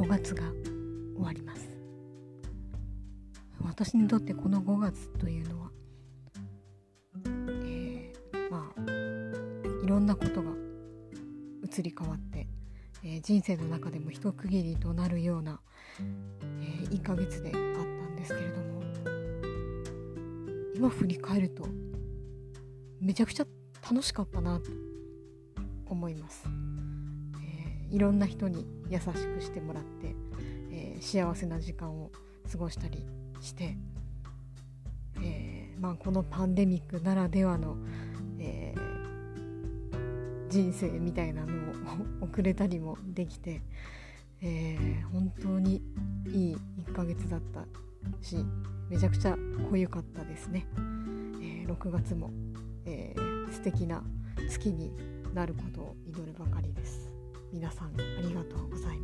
5月が終わります。私にとってこの5月というのは、いろんなことが移り変わって、人生の中でも一区切りとなるような、1ヶ月であったんですけれども、今振り返るとめちゃくちゃ楽しかったなと思います。いろんな人に優しくしてもらって、幸せな時間を過ごしたりして、このパンデミックならではの、人生みたいなのを送れたりもできて、本当にいい1ヶ月だったし、めちゃくちゃ濃ゆかったですね。6月も、素敵な月になることを祈るばかりです。皆さんありがとうございます。